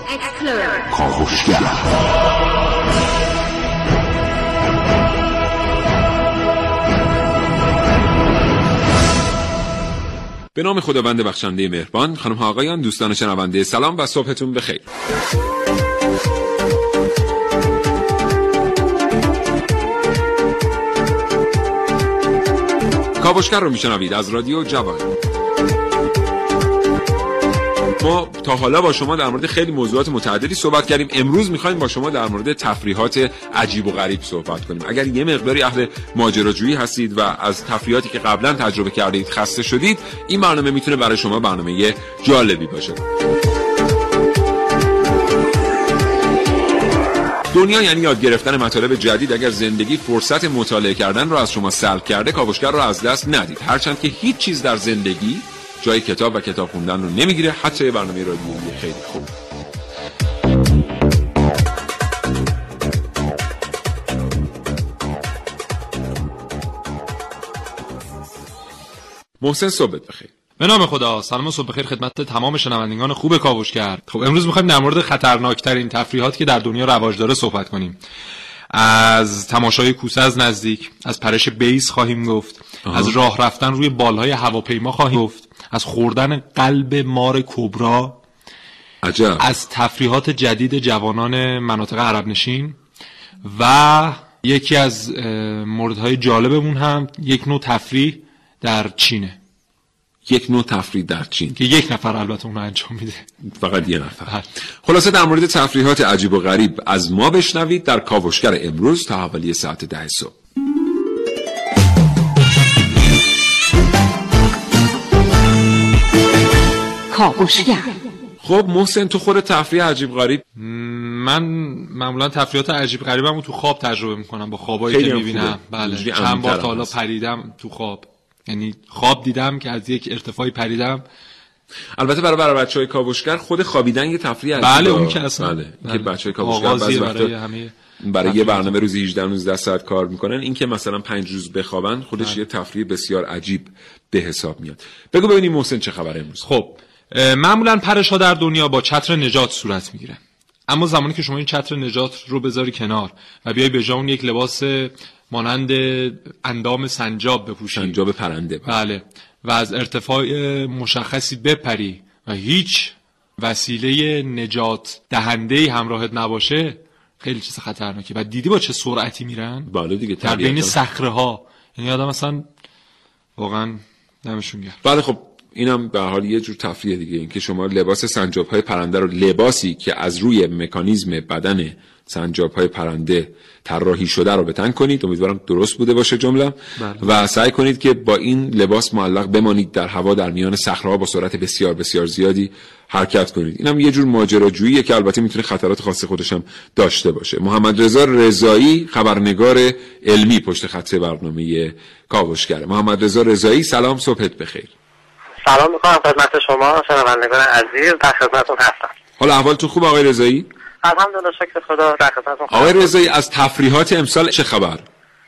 Explore. کاوشگر. به نام خداوند بخشنده مهربان. خانم ها آقایان، دوستان شنونده، سلام و صبحتون بخیر. کاوشگر رو میشنوید از رادیو جوان. ما تا حالا با شما در مورد خیلی موضوعات متعددی صحبت کردیم. امروز میخوایم با شما در مورد تفریحات عجیب و غریب صحبت کنیم. اگر یه مقداری اهل ماجراجویی هستید و از تفریحاتی که قبلا تجربه کردید خسته شدید، این برنامه میتونه برای شما برنامه جالبی باشه. دنیا یعنی یاد گرفتن مطالب جدید. اگر زندگی فرصت مطالعه کردن رو از شما سلب کرده، کاوشگر رو از دست ندید. هرچند که هیچ چیز در زندگی جای کتاب و کتاب خوندن رو نمیگیره، حتی یه برنامه رادیویی خیلی خوب. محسن، صبحت بخیر. به نام خدا. سلام و صبح بخیر خدمت تمام شنوندگان خوب کاوشگر. خب امروز می‌خوایم در مورد خطرناکترین تفریحاتی که در دنیا رواج داره صحبت کنیم. از تماشای کوسه از نزدیک، از پرش بیس خواهیم گفت، از راه رفتن روی بالهای هواپیما خواهیم گفت، از خوردن قلب مار کبرا، عجب. از تفریحات جدید جوانان مناطق عرب نشین و یکی از موردهای جالبمون هم یک نوع تفریح در چینه. یک نوع تفریح در چین که یک نفر البته اون رو انجام میده، فقط یه نفر. خلاصه در مورد تفریحات عجیب و غریب از ما بشنوید در کاوشگر امروز تا حوالی ساعت 10 صبح. کاوشگر. خب محسن، تو خود تفریح عجیب غریب؟ من معمولا تفریحات عجیب غریبمو تو خواب تجربه میکنم، با خوابایی که میبینم. بله، چند بار تا حالا پریدم تو خواب. یعنی خواب دیدم که از یک ارتفاعی پریدم. البته برای بچهای کاوشگر خود خوابیدن یه تفریح عجیبه. بله اون که اصلا بله. که بچهای کاوشگر بعضی وقتا برای یه برنامه روزی 18-19 ساعت کار میکنن، این که مثلا 5 روز بخوابن خودش یه تفریح بسیار عجیب به حساب میاد. بگو ببینیم محسن چه خبره امروز؟ خب معمولا پرش ها در دنیا با چتر نجات صورت میگیره، اما زمانی که شما این چتر نجات رو بذاری کنار و بیای به جای اون یک لباس مانند اندام سنجاب بپوشی، سنجاب پرنده، بله، و از ارتفاع مشخصی بپری و هیچ وسیله نجات دهنده‌ای همراهت نباشه، خیلی چیز خطرناکه. و دیدی با چه سرعتی میرن؟ بله دیگه، در بین صخره‌ها. یعنی آدم اصلا واقعا نمیشون گرد. بله. خب اینم به حال یه جور تفریح دیگه، این که شما لباس سنجاب‌های پرنده رو، لباسی که از روی مکانیزم بدن سنجاب‌های پرنده طراحی شده رو به تن کنید. امیدوارم درست بوده باشه جمله. و سعی کنید که با این لباس معلق بمانید در هوا، در میان صخره‌ها با سرعت بسیار بسیار زیادی حرکت کنید. اینم یه جور ماجراجوییه که البته میتونه خطرات خاص خودش هم داشته باشه. محمد رضا رضایی، خبرنگار علمی پشت خط برنامه کاوشگر. محمد رضا رضایی، سلام، صبحت بخیر. سلام میکنم خدمت شما شنوندگان عزیز، در خدمتتون هستم. حالا احوالتون خوب آقای رضایی؟ الحمدلله، شکر خدا، در خدمتتون. آقای رضایی، از تفریحات امسال چه خبر؟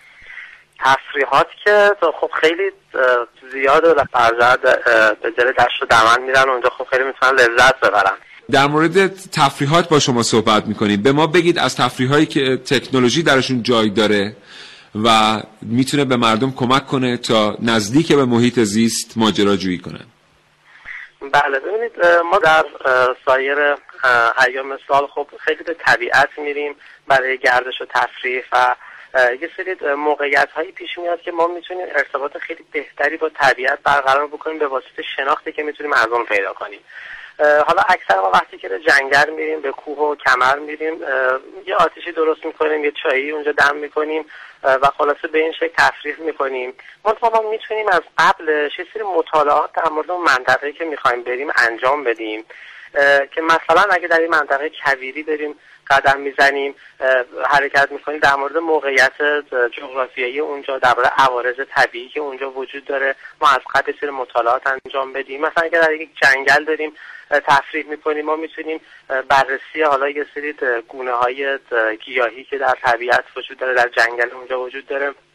تفریحات که خب خیلی زیاده و فرزد به دل دشت و دمن میرن اونجا، خب خیلی میتونن لذت ببرن. در مورد تفریحات با شما صحبت میکنیم. به ما بگید از تفریحایی که تکنولوژی درشون جای داره و میتونه به مردم کمک کنه تا نزدیک به محیط زیست ماجراجویی کنن. بله، ببینید ما در سایر ایام سال خب خیلی به طبیعت میریم برای گردش و تفریح و یه سری موقعیت‌هایی پیش میاد که ما میتونیم ارتباط خیلی بهتری با طبیعت برقرار بکنیم به واسطه شناختی که میتونیم از اون پیدا کنیم. حالا اکثر ما وقتی که به جنگل میریم، به کوه و کمر میریم، یه آتیشی درست میکنیم، یه چایی اونجا دم میکنیم و خلاصه به این شکل تفریح میکنیم. ما میتونیم از قبلش یه سری مطالعات در مورد اون منطقه‌ای که میخوایم بریم انجام بدیم که مثلا اگه در این منطقه کویری بریم قدم میزنیم، حرکت میکنیم، در مورد موقعیت جغرافیایی اونجا، در مورد عوارض طبیعی که اونجا وجود داره ما از قبل سری مطالعات انجام بدیم. مثلا اگه در یک جنگل داریم تفریح میکنیم، ما میتونیم بررسی حالا یه سری گونه‌های گیاهی که در طبیعت وجود داره، در جنگل اونجا وجود داره،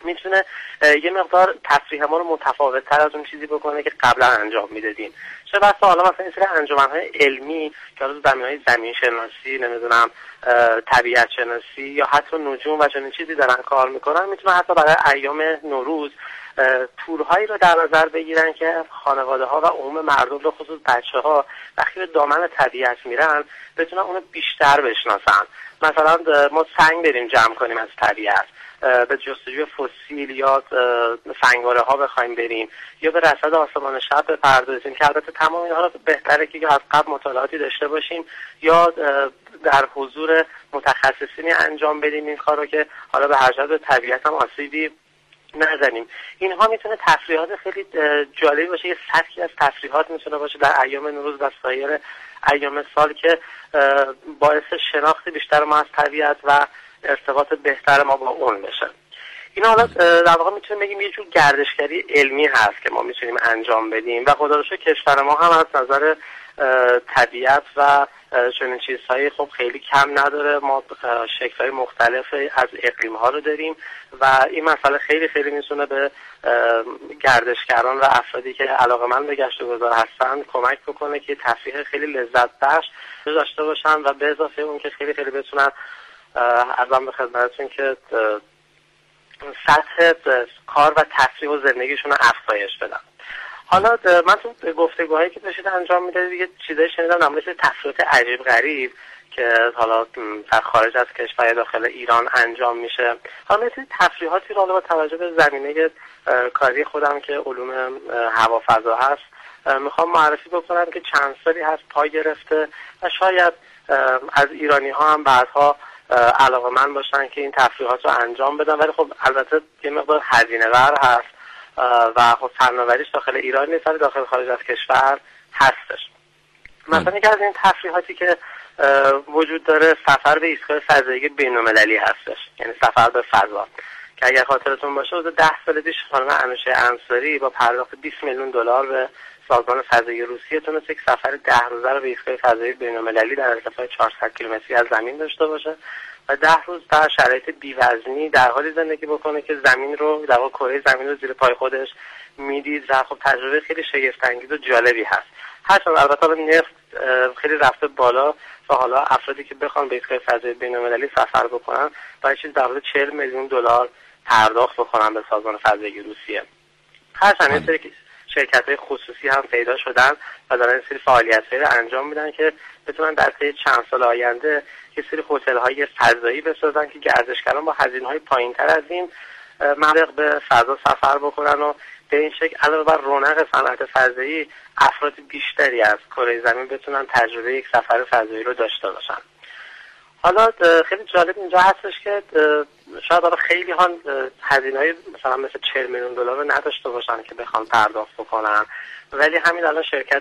میتونه یه مقدار تفریح ما رو متفاوت‌تر از اون چیزی بکنه که قبلا انجام میدادیم. چه بسا حالا مثلا این سری انجمن‌های علمی که از زمینه‌های زمین شناسی، نمیدونم طبیعت شناسی یا حتی نجوم و چنین چیزی دارن کار میکنن، میتونن حتی برای ایام نوروز تورهایی رو در نظر بگیرن که خانواده‌ها و عموم مردم، به خصوص بچه‌ها وقتی به دامن طبیعت میرن بتونن اونو بیشتر بشناسن. مثلا ما سنگ بریم جمع کنیم از طبیعت، به جستجوی فسیل یا سنگاره ها بخوایم بریم یا به رصد آسمان شب بپردازیم که البته تمام اینها رو بهتره که از قبل مطالعاتی داشته باشیم یا در حضور متخصصینی انجام بدیم این کار رو که حالا به هر جهت به طبیعت هم آسیبی نزنیم. اینها میتونه تفریحات خیلی جالبی باشه، یه سطحی از تفریحات میتونه باشه در ایام نوروز و سایر ایام سال که باعث شناخت بیشتر ما از طبیعت و ارتباط بهتر ما با اون بشه. اینا حالا در واقع میتونیم بگیم یه جور گردشگری علمی هست که ما میتونیم انجام بدیم و خدا رو شکر کشور ما هم از نظر طبیعت و چنین چیزهایی خب خیلی کم نداره. ما شکل‌های مختلف از اقلیم‌ها رو داریم و این مسئله خیلی خیلی میتونه به گردشگران و افرادی که علاقه‌مند به گشت و گذار هستن کمک بکنه که تفریح خیلی لذت بخش داشته باشن و به اضافه اون که خیلی خیلی بتونن عرضم به خدمتتون که سطح کار و تفریح و زندگیشون رو افزایش بدن. حالا من تو گفتگوهایی که داشتید انجام میدادید یه چیزایی شنیدم در مورد تفریحات عجیب غریب که حالا در خارج از کشور داخل ایران انجام میشه. حالا مثل تفریحاتی رو با توجه به زمینه کاری خودم که علوم هوا فضا هست میخوام معرفی بکنم که چند سالی هست پا گرفته و شاید از ایرانی ها هم بعدها علاقه‌مند باشن که این تفریحات رو انجام بدن، ولی خب البته یه مقدار هزینه بر هست و خب فناوریش داخل ایران نیست ولی داخل خارج از کشور هستش. مثلا یکی از این تفریحاتی که وجود داره سفر به ایستگاه فضایی بین‌المللی هستش، یعنی سفر به فضا که اگر خاطرتون باشه حدود 10 سال پیش خانم انوشه انصاری با پرداخت 20 میلیون دلار به سازمان فضایی روسیه تونست یک سفر 10 روزه رو به ایستگاه فضایی بین‌المللی در ارتفاع 400 کیلومتری از زمین داشته باشه و 10 روز در شرایط بی‌وزنی در حالی زندگی بکنه که زمین رو در واقع کره زمین رو زیر پای خودش میدید و خب تجربه خیلی شگفت‌انگیز و جالبی هست. هرچند البته نفت خیلی رفته بالا و حالا افرادی که بخوان به ایستگاه فضایی بین‌المللی سفر بکنن باید چیز در حدود 40 میلیون دلار پرداخت بکنن به سازمان فضایی روسیه. هرچند این سری شرکت‌های خصوصی هم پیدا شدن و دارن این سری فعالیت‌هایی رو انجام میدن که بتونن در طی چند سال آینده یه سری هتل‌های فضایی بسازن که گردشگران با هزینه‌های پایین‌تر از این مبلغ به فضا سفر بکنن و به این شکل علاوه بر رونق صنعت فضایی افراد بیشتری از کره زمین بتونن تجربه یک سفر فضایی رو داشته باشن. حالا خیلی جالب اینجا هستش که شاید حالا خیلی ها هزینه‌های مثلا مثل 40 میلیون دلار رو نداشته باشن که بخوان پرداخت بکنن، ولی همین الان شرکت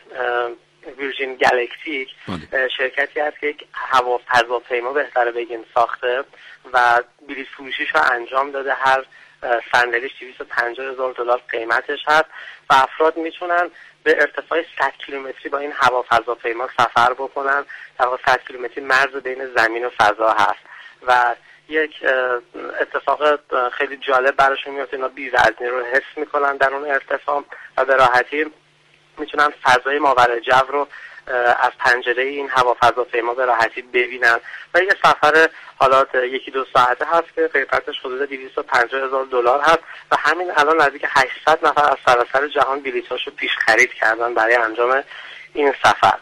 ویرجین گالاکتیک شرکتی هست که یک هواپیما بهتره بگیم ساخته و بلیط فروشیش رو انجام داده. هر صندلیش 250,000 دلار قیمتش هست و افراد میتونن به ارتفاع 100 کیلومتری با این هواپیما سفر بکنن. در واقع 100 کیلومتری مرز بین زمین و فضا هست و یک اتفاق خیلی جالب براشون میفته. اینا بی‌وزنی رو حس میکنن در اون ارتفاع و به راحتی میتونن فضای ماورای جو رو از پنجره این هواپیما به راحتی ببینن و یه سفر حالا 1-2 ساعته هست که قیمتش حدود 250,000 دلار هست و همین الان نزدیک 800 نفر از سراسر جهان بلیطاشو پیش خرید کردن برای انجام این سفر.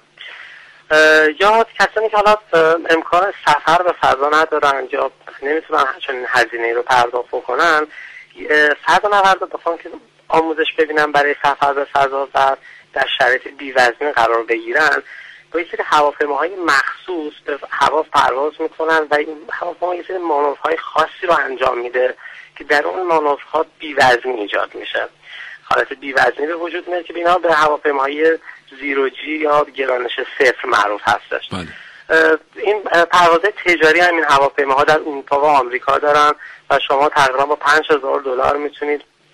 یا کسانی که حالا امکان سفر به فضا ندارن یا نمیتونن چنین هزینه‌ای رو پرداخت بکنن، فضانوردا بخوان که آموزش ببینن برای سفر به فضا و در شرایط بی‌وزنی قرار بگیرن با یه سری هواپیماهای مخصوص به هوا پرواز میکنن و این هواپیما یه سری مانورهای خاصی رو انجام میده که در اون مانورها بی‌وزنی ایجاد میشه. حالت بی‌وزنی به وجود میاد که اینا به هواپیماهای زیرو جی یا گرانش صفر معروف هستش. این پروازهای تجاری همین هواپیماها در اروپا و آمریکا دارن و شما تقریبا با 5,000 دلار میتونید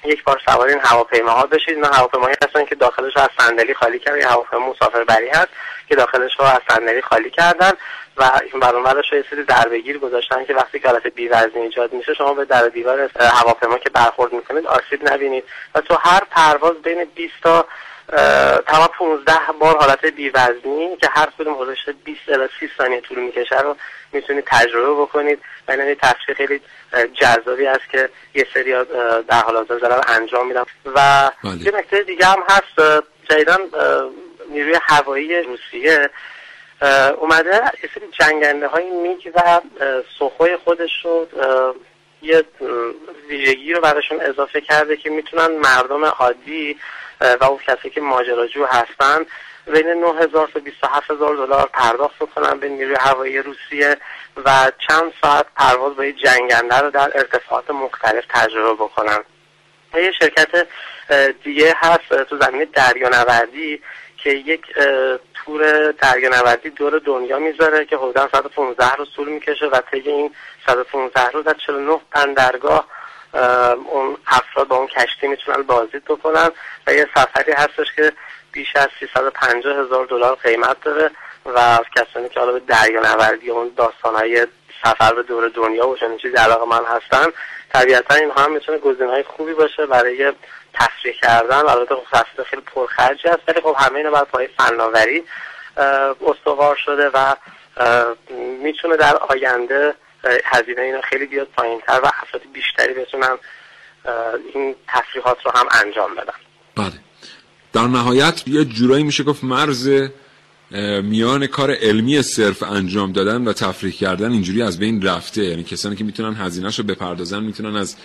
یک بار سوار این هواپیماها بشید. اینا هواپیماهایی هستن که داخلش رو از صندلی خالی کردن، یه هواپیما مسافربری هست که داخلش رو از صندلی خالی کردن و این برانورش رو یه سری دربگیر گذاشتن که وقتی که حالت بی‌وزنی ایجاد میشه شما به در دیوار هواپیما که برخورد میکنید آسیب نبینید و تو هر پرواز بین 20 تا تا 15 بار حالت بی‌وزنی که هر کدوم حدودش 20 الی 30 ثانیه طول میکشه رو میتونید تجربه بکنید و این تفریح خیلی جذابی است که یه سری در حال حاضر دارن انجام میدن. و یه نکته دیگه هم هست، جدیداً نیروی هوایی روسیه اومده یه سری جنگنده های میگ و سوخوی خودش رو یه ویژگی رو براشون اضافه کرده که میتونن مردم عادی و اون کسی که ماجراجو هستن بین 9,000 تا 27,000 دلار پرداخت کنن به نیروی هوایی روسیه و چند ساعت پرواز با یه جنگنده رو در ارتفاعات مختلف تجربه بکنن. یه شرکت دیگه هست تو زمینه دریانوردی که یک تور دریانوردی دور دنیا میذاره که حدوداً 115 روز طول میکشه و طی این 115 روز در 49 بندرگاه اون افراد با اون کشتی میتونن بازدید بکنن و یه سفری هستش که بیش از 350,000 دلار قیمت داره و کسانی که حالا به دریانوردی اون داستانهای سفر به دور دنیا و چنین چیزی علاقه‌مند هستن طبیعتا اینها هم میتونه گزینه‌های خوبی باشه برای تفریح کردن. البته خب خیلی پرخرجی است ولی خب همه اینا بر پایه فناوری استوار شده و میتونه در آینده هزینه اینا خیلی بیاد پایین‌تر و افراد بیشتری بتونن این تفریحات رو هم انجام بدن. بله. در نهایت یه جورایی میشه گفت مرز میان کار علمی صرف انجام دادن و تفریح کردن اینجوری از بین رفته. یعنی کسانی که میتونن هزینه‌شو بپردازن میتونن از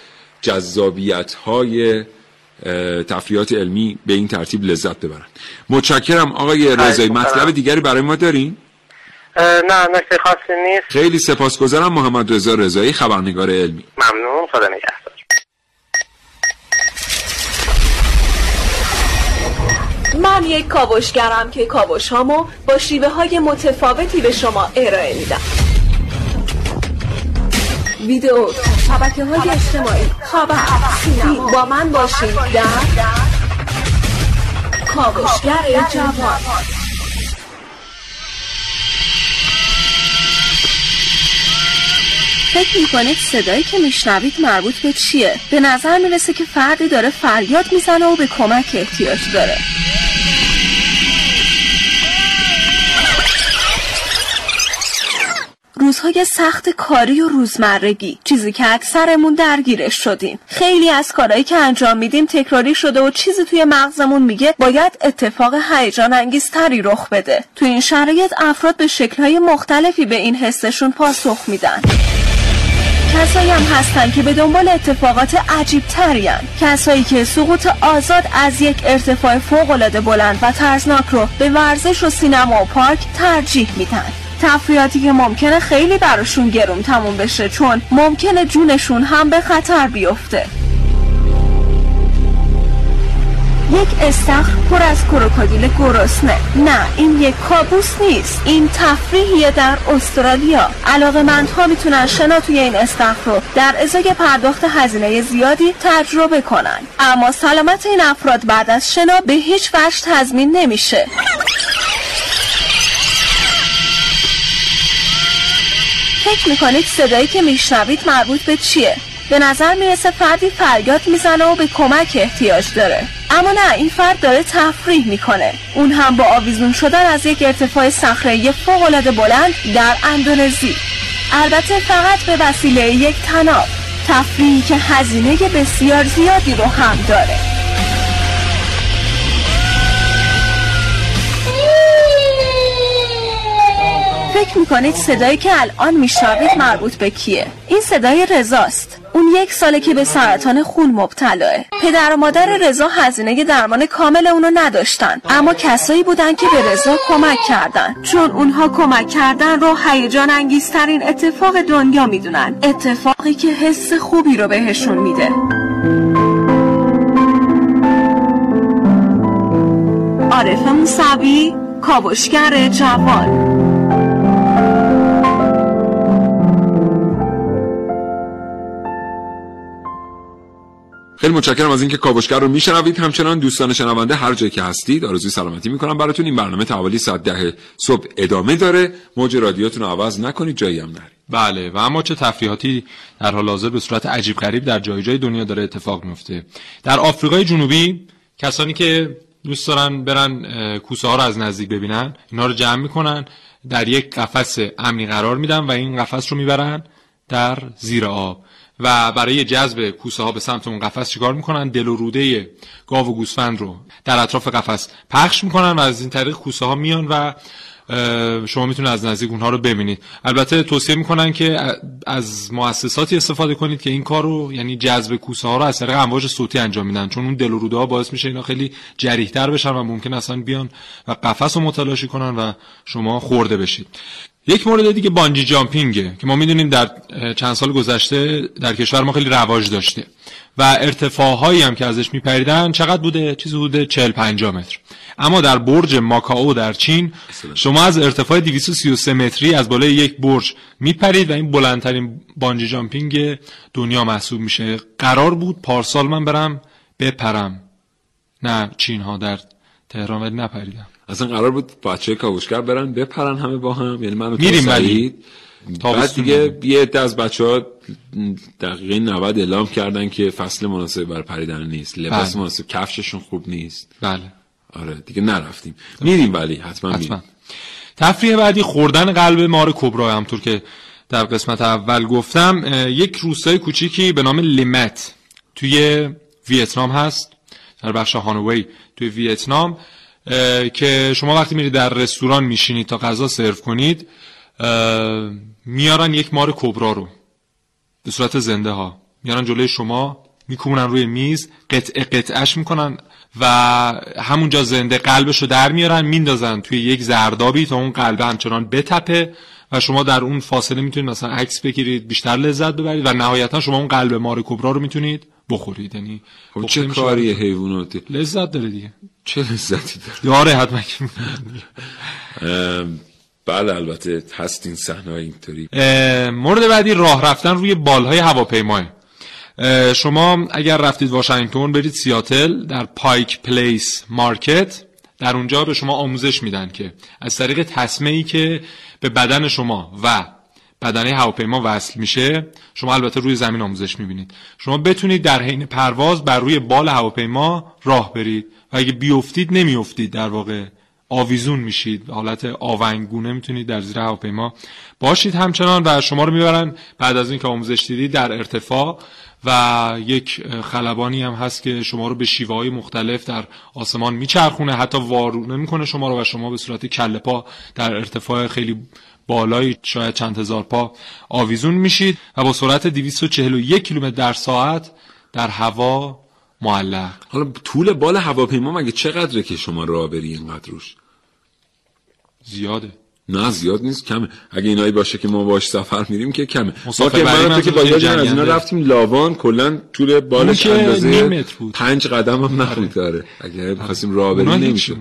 جذابیت‌های تفریحات علمی به این ترتیب لذت ببرن. متشکرم آقای رضایی. مطلب دیگری برای ما دارین؟ نه نکته خاصی نیست. خیلی سپاسگزارم. محمد رضا رضایی، خبرنگار علمی. ممنون. خدا نگهدار. من یک کاوشگرم که کاوش‌هامو با شیوه‌های متفاوتی به شما ارائه میدم. ویدیو، شبکه‌های اجتماعی، خبر، سینما. با من باشید در کاوشگر جوان. فکر میکنید صدایی که میشنوید مربوط به چیه؟ به نظر میرسه که فردی داره فریاد میزنه و به کمک احتیاج داره. روزهای سخت کاری و روزمرگی، چیزی که اکثرمون درگیرش شدیم. خیلی از کارهایی که انجام میدیم تکراری شده و چیزی توی مغزمون میگه باید اتفاق هیجان انگیزتری رخ بده. توی این شرایط افراد به شکل‌های مختلفی به این حسشون پاسخ میدن. کسایی هم هستن که به دنبال اتفاقات عجیب ترین، کسایی که سقوط آزاد از یک ارتفاع فوق‌العاده بلند و ترسناک رو به ورزش و سینما و پارک ترجیح میدن. تفریحاتی که ممکنه خیلی براشون گرون تموم بشه چون ممکنه جونشون هم به خطر بیفته. یک استخر پر از کروکودیل گرسنه. نه، این یک کابوس نیست، این تفریحیه در استرالیا. علاقه‌مندها میتونن شنا توی این استخر رو در ازای پرداخت هزینه زیادی تجربه کنن، اما سلامت این افراد بعد از شنا به هیچ وجه تضمین نمیشه. فکر میکنید صدایی که میشنوید مربوط به چیه؟ به نظر میرسه فردی فریاد میزنه و به کمک احتیاج داره، اما نه، این فرد داره تفریح میکنه، اون هم با آویزون شدن از یک ارتفاع صخره‌ای فوق‌العاده بلند در اندونزی. البته فقط به وسیله یک طناب. تفریحی که هزینه بسیار زیادی رو هم داره. فکر میکنید صدایی که الان میشنوید مربوط به کیه؟ این صدای رضاست. اون 1 ساله که به سرطان خون مبتلاه. پدر و مادر رضا هزینه درمان کامل اونو نداشتن، اما کسایی بودن که به رضا کمک کردن، چون اونها کمک کردن رو هیجان انگیزترین اتفاق دنیا میدونن، اتفاقی که حس خوبی رو بهشون میده. عارف موسوی، کاوشگر جوان. خیلی متشکرم از اینکه کاوشگر رو میشنوید. همچنان دوستان شنونده هر جایی که هستید آرزوی سلامتی میکنم براتون. این برنامه تا حوالی ساعت 10 صبح ادامه داره. موج رادیوتون رو عوض نکنید، جایی هم نرید. بله، و اما چه تفریحاتی در حال حاضر به صورت عجیب غریب در جای جای دنیا داره اتفاق میفته. در آفریقای جنوبی کسانی که دوست دارن برن کوسه ها رو از نزدیک ببینن، اینا رو جمع میکنن، در یک قفس امنی قرار میدن و این قفس رو میبرن در زیر آب و برای جذب کوسه ها به سمت اون قفس چیکار میکنن؟ دل و روده گاو و گوسفند رو در اطراف قفس پخش میکنن و از این طریق کوسه ها میان و شما میتونید از نزدیک اونها رو ببینید. البته توصیه میکنن که از مؤسساتی استفاده کنید که این کار رو، یعنی جذب کوسه ها رو از طریق امواج صوتی انجام میدن، چون اون دل و روده ها باعث میشه اینا خیلی جریح‌تر بشن و ممکن اصلا بیان و قفس رو متلاشی کنن و شما خورده بشید. یک مورد دیگه بانجی جامپینگه که ما میدونیم در چند سال گذشته در کشور ما خیلی رواج داشته و ارتفاعهایی هم که ازش میپریدن چقدر بوده؟ چیزی بوده 40-50 متر. اما در برج ماکائو در چین شما از ارتفاع 233 متری از بالای یک برج میپرید و این بلندترین بانجی جامپینگ دنیا محسوب میشه. قرار بود پارسال من برم بپرم، نه چین ها در تهران، ولی نپریدم. اصلا قرار بود بچه کاوشگر برن بپرن همه با هم، یعنی منو میریم ولی بعد دیگه یه عده از بچه‌ها دقیقه 90 اعلام کردن که فصل مناسب برای پریدن نیست، لباس مناسب، کفششون خوب نیست. بله آره دیگه نرفتیم. میریم ولی حتما میریم. تفریح بعدی خوردن قلب مار کبرا. همونطور که در قسمت اول گفتم، یک روستای کوچیکی به نام لیمت توی ویتنام هست، در بخش هانوی توی ویتنام، که شما وقتی میرید در رستوران میشینید تا غذا سرو کنید، میارن یک مار کبرا رو به صورت زنده ها میارن جلوی شما، میکوبونن روی میز، قطعش میکنن و همونجا زنده قلبشو در میارن، میندازن توی یک زردابی تا اون قلب همچنان بتپه و شما در اون فاصله میتونید مثلا عکس بگیرید، بیشتر لذت ببرید و نهایتا شما اون قلب مار کبرا رو میتونید بخورید. یعنی خب چه کاری حیواناتی، لذت داره دیگه. چه لذتی داره؟ حتما. بله البته هست این صحنه‌های اینطوری. مورد بعدی راه رفتن روی بالهای هواپیما. شما اگر رفتید واشنگتن برید سیاتل، در پایک پلیس مارکت، در اونجا به شما آموزش میدن که از طریق تسمه‌ای که به بدن شما و بدنه هواپیما وصل میشه، شما البته روی زمین آموزش میبینید، شما بتونید در حین پرواز بر روی بال هواپیما راه برید و اگه بیافتید نمیافتید، در واقع آویزون میشید، حالت آونگونه میتونید در زیر هواپیما باشید همچنان و شما رو میبرن بعد از اینکه آموزش دیدید در ارتفاع و یک خلبانی هم هست که شما رو به شیوه‌های مختلف در آسمان میچرخونه، حتی وارونه میکنه شما رو و شما به صورت کله پا در ارتفاع خیلی بالای شاید چند هزار پا آویزون میشید و با سرعت 241 کیلومتر در ساعت در هوا معلق. حالا طول بال هواپیما مگه چقدره که شما راه بری اینقدر روش؟ زیاده. نه زیاد نیست، کمه. اگه اینایی باشه که ما باش سفر میریم که کمه. مسافر ما که با یاد از اینا رفتیم لاوان، کلن طول بالش اندازه 5 قدم هم نبود. داره اگه بخواستیم راه بریم نمیشه.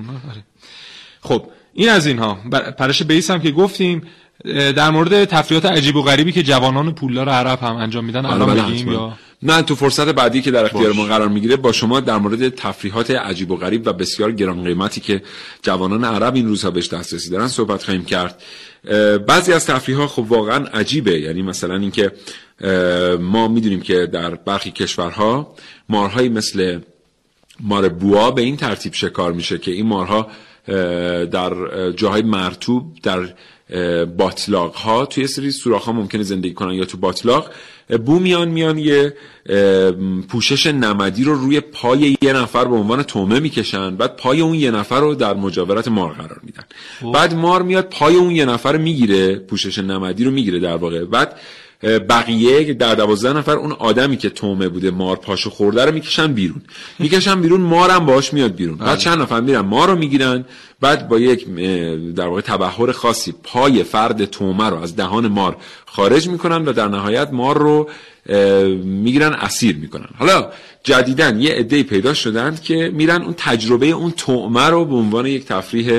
خب این از اینها. پرش بیس هم که گفتیم. در مورد تفریحات عجیب و غریبی که جوانان پولدار عرب هم انجام میدن الان بگیم یا نه؟ تو فرصت بعدی که در اختیار ما قرار میگیره با شما در مورد تفریحات عجیب و غریب و بسیار گران قیمتی که جوانان عرب این روزها بهش دسترسی دارن صحبت خواهیم کرد. بعضی از تفریحات خب واقعا عجیبه، یعنی مثلا اینکه ما میدونیم که در برخی کشورها مارهایی مثل مار بوا به این ترتیب شکار میشه که این مارها در جاهای مرطوب، در باطلاق ها، توی سری سوراخ ها ممکنه زندگی کنن یا تو باطلاق بو میان یه پوشش نمدی رو روی پای یه نفر به عنوان طعمه میکشن، بعد پای اون یه نفر رو در مجاورت مار قرار میدن. بعد مار میاد پای اون یه نفر میگیره، پوشش نمدی رو میگیره در واقع، بعد بقیه در 12 نفر اون آدمی که طعمه بوده مار پاشو خورده رو میکشن بیرون، مارم باش میاد بیرون. بعد چند نفر میرن مار رو میگیرن، بعد با یک در واقع تبحر خاصی پای فرد طعمه رو از دهان مار خارج میکنن و در نهایت مار رو میگیرن اسیر میکنن. حالا جدیدن یه عده‌ای پیدا شدند که میرن اون تجربه اون طعمه رو به عنوان یک تفریح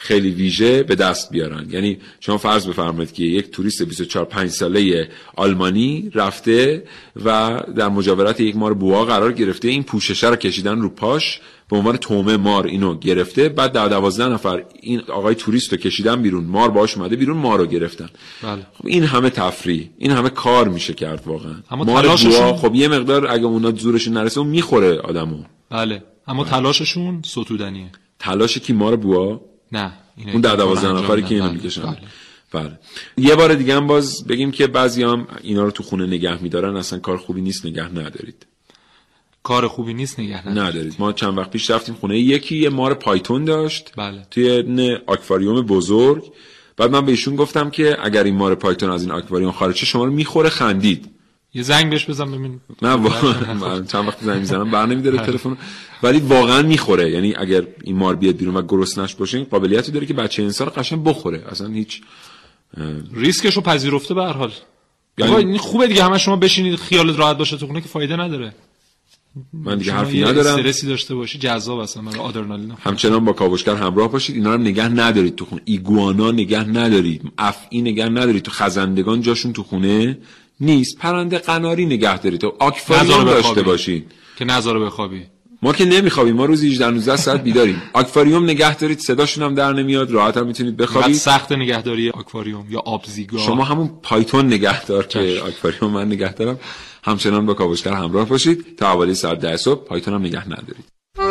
خیلی ویژه به دست بیارن. یعنی شما فرض بفرمایید که یک توریست 24-5 ساله آلمانی رفته و در مجاورت یک مار بوآ قرار گرفته، این پوششه رو کشیدن رو پاش به عنوان تومه مار اینو گرفته، بعد 12 نفر این آقای توریست رو کشیدن بیرون، مار باهاش اومده بیرون، مار رو گرفتن. بله. خب این همه تفریح، این همه کار میشه کرد واقعا. مار بوآ خب یه مقدار اگه اونا زورشون نرسه اون میخوره آدمو. بله. اما تلاششون ستودنیه. تلاش کی؟ مار بوآ؟ نه، اون 12 نفری که اینو میکشن. بله. یه بار دیگه هم باز بگیم که بعضیام اینا رو تو خونه نگه میدارن، اصلا کار خوبی نیست، نگه ندارید. کار خوبی نیست نگه ندارید. ما چند وقت پیش رفتیم خونه یکی، یه مار پایتون داشت. بله. توی آکواریوم بزرگ. بعد من به ایشون گفتم که اگر این مار پایتون از این آکواریوم خارج شه شما رو میخوره. خندید. یه زنگ بهش بزن ببین. نه واقعا چند وقت زنگ میزنم برنمیداره تلفن، ولی واقعا میخوره. یعنی اگر این مار بیاد بیرون و گرسنش باشه این قابلیتی داره که بچه انسان قشنگ بخوره. اصلا هیچ ریسکشو پذیرفته به هر حال. یعنی این خوبه دیگه، همه شما بشینید خیالت راحت باشه تو خونه که فایده نداره. من دیگه حرفی ندارم. استرسی داشته باشی جذاب اصلا برای آدرنالین. همچنان با کاوشگر همراه باشید. اینا رو نگه ندارید تو خونه. ایگوانا نگه ندارید، افعی نگه ندارید تو خزندگان، جاشون تو خونه نیست. پرنده قناری نگه دارید، تو آکواریوم داشته باشید که نذاره بخوابی. ما که نمیخوابیم، ما روزی 18-19 ساعت بیداریم. آکواریوم نگه دارید، صداشون هم در نمیاد، راحت هم میتونید بخوابید. سخت نگهداری آکواریوم یا آبزیگاه. شما همون پایتون نگه دار که آکواریوم من نگه دارم. همچنان با کاوشگر همراه باشید تا حوالی ساعت 10 صبح. پایتون هم نگه ندارید.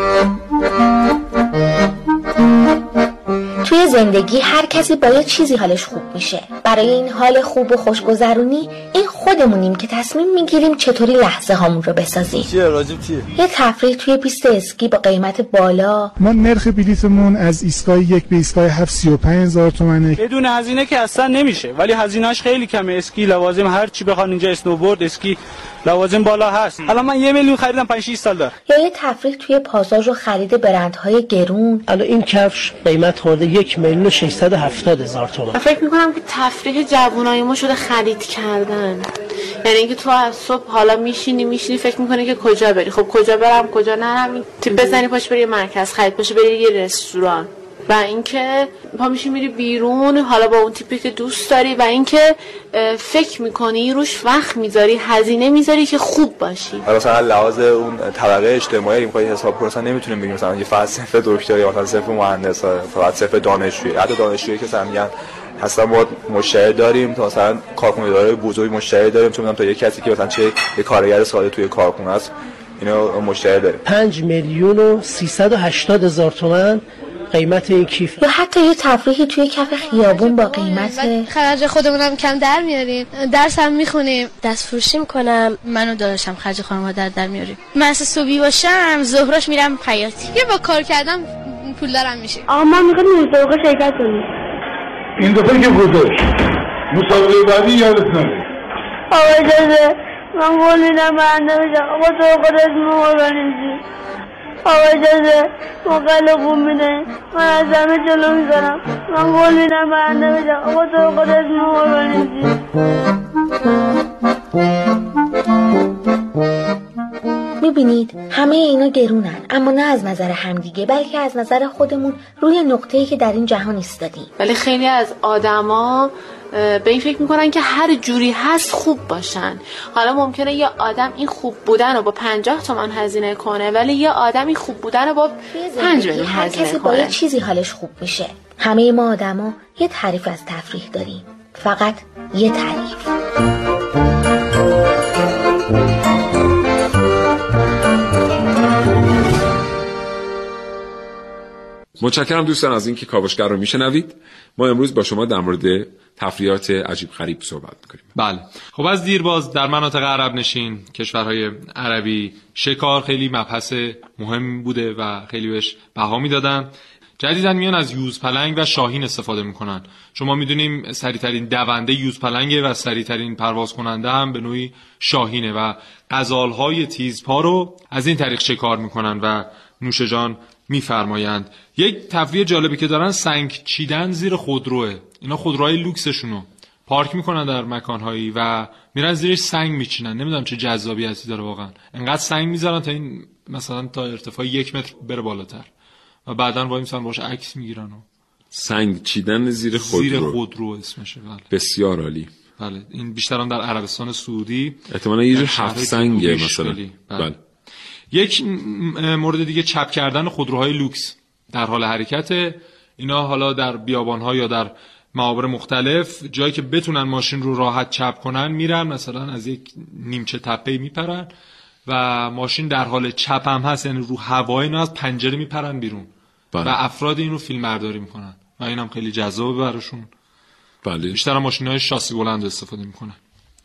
توی زندگی هر کسی با یه چیزی حالش خوب میشه. برای این حال خوب و خوشگذرونی این خودمونیم که تصمیم میگیریم چطوری لحظه هامون رو بسازیم. چیه راجب چیه؟ یه تفریح توی پیست اسکی با قیمت بالا. ما نرخ بلیتمون از ایستگاه 1 به ایستگاه 7 35,000 تومانه. بدون هزینه که اصلا نمیشه، ولی هزینه‌اش خیلی کمه. اسکی لوازم هر چی بخوان اینجا، اسنوبورد، اسکی، لوازم بالا هست. الان من 1 میلیون خریدم 5-6 سال داره. یا یه تفریح توی پاساژ و خرید برندهای گرون. الان این کفش قیمت خورده 1,670,000 تومان. فکر میکنم که تفریح جوانای ما شده خرید کردن. یعنی اینکه تو از صبح حالا میشینی فکر میکنی که کجا بری، خب کجا برم کجا نرم، بزنی پاش بری مرکز خرید، پاش بری یه رستوران، و اینکه پا میشی میری بیرون حالا با اون تیپی که دوست داری، و اینکه فکر میکنی روش وقت میذاری، هزینه میذاری که خوب باشی. مثلا لحاظ اون طبقه اجتماعی میخوای حساب کنی، مثلا نمیتونیم بگیم مثلا یه فلسفه دکتر یا مثلا صرف مهندس، فقط صرف دانشجویی. حتی دانشجویی که مثلا میگن اصلا ما مشتری داریم، تا مثلا کارخونه‌دارای بزرگ مشتری داریم، چون تا یه کسی که مثلا چه یه کارگر ساده توی کارخونه است اینو مشتری داره. 5,380,000 تومان قیمت این کیف. یا حتی یه تفریحی توی کف خیابون با قیمت خرج خودمونم کم در میاریم، درس هم میخونیم، دست فروشی میکنم، منو داداشم خرج خانواده در میاریم. من اصلا صبحی باشم ظهرش میرم حیاتی، یه با کار کردم پول دارم میشه. ما میخوایم مسابقه شرکت کنیم. این دفعه که گذاشت مسابقه بعدی یادت نره. آقا اجازه من قول میدم برنده بشم. آقا تو خودت مورانیزی. آقا اجازه ما قلب خوب میده، من از همه جلو میزنم. من قول میدم برنده بشم. آقا تو خودت مورانیزی. میبینید همه اینا گرونن، اما نه از نظر همدیگه بلکه از نظر خودمون روی نقطه‌ای که در این جهان ایستادیم. ولی خیلی از آدما به این فکر میکنن که هر جوری هست خوب باشن. حالا ممکنه یه آدم این خوب بودن رو با 50 تومان هزینه کنه، ولی یه آدم این خوب بودن رو با 5 میلیون هر هزینه کسی کنه. با یه چیزی حالش خوب میشه. همه ما آدما یه تعریف از تفریح داریم، فقط یه تعریف. متشکرم دوستان از اینکه کاوشگر رو میشنوید. ما امروز با شما در مورد تفریحات عجیب غریب صحبت می‌کنیم. بله. خب از دیرباز در مناطق عرب نشین، کشورهای عربی، شکار خیلی مبحث مهم بوده و خیلی بهش بها میدادن. جدیداً میان از یوزپلنگ و شاهین استفاده میکنن. شما میدونیم سریعترین دونده یوزپلنگه و سریعترین پرواز کننده هم به نوعی شاهینه و غزالهای تیزپا رو از این طریق شکار میکنن و نوش جان میفرمایند. یک تفریح جالبی که دارن سنگ چیدن زیر خودروه. اینا خودروهای لوکسشونو پارک میکنن در مکانهایی و میرن زیرش سنگ میچینن. نمیدونم چه جذابیتی داره واقعا. انقدر سنگ میذارن تا این مثلا تا ارتفاع 1 متر بره بالاتر و بعدن وای میسن باشه عکس میگیرن. سنگ چیدن زیر خودرو اسمشه. بله. بسیار عالی. بله این بیشتر هم در عربستان سعودی احتمالاً یه جور هفت سنگه مثلا. بله. یک مورد دیگه چپ کردن خودروهای لوکس در حال حرکت. اینا حالا در بیابان‌ها یا در معابر مختلف جایی که بتونن ماشین رو راحت چپ کنن میرن، مثلا از یک نیمچه تپه‌ای میپرن و ماشین در حال چپ هم هست، یعنی رو هوای اینا از پنجره میپرن بیرون. بله. و افراد این رو فیلم برداری میکنن و اینم خیلی جذابه براشون. بله. بیشتر ماشین‌های شاسی بلند استفاده میکنن.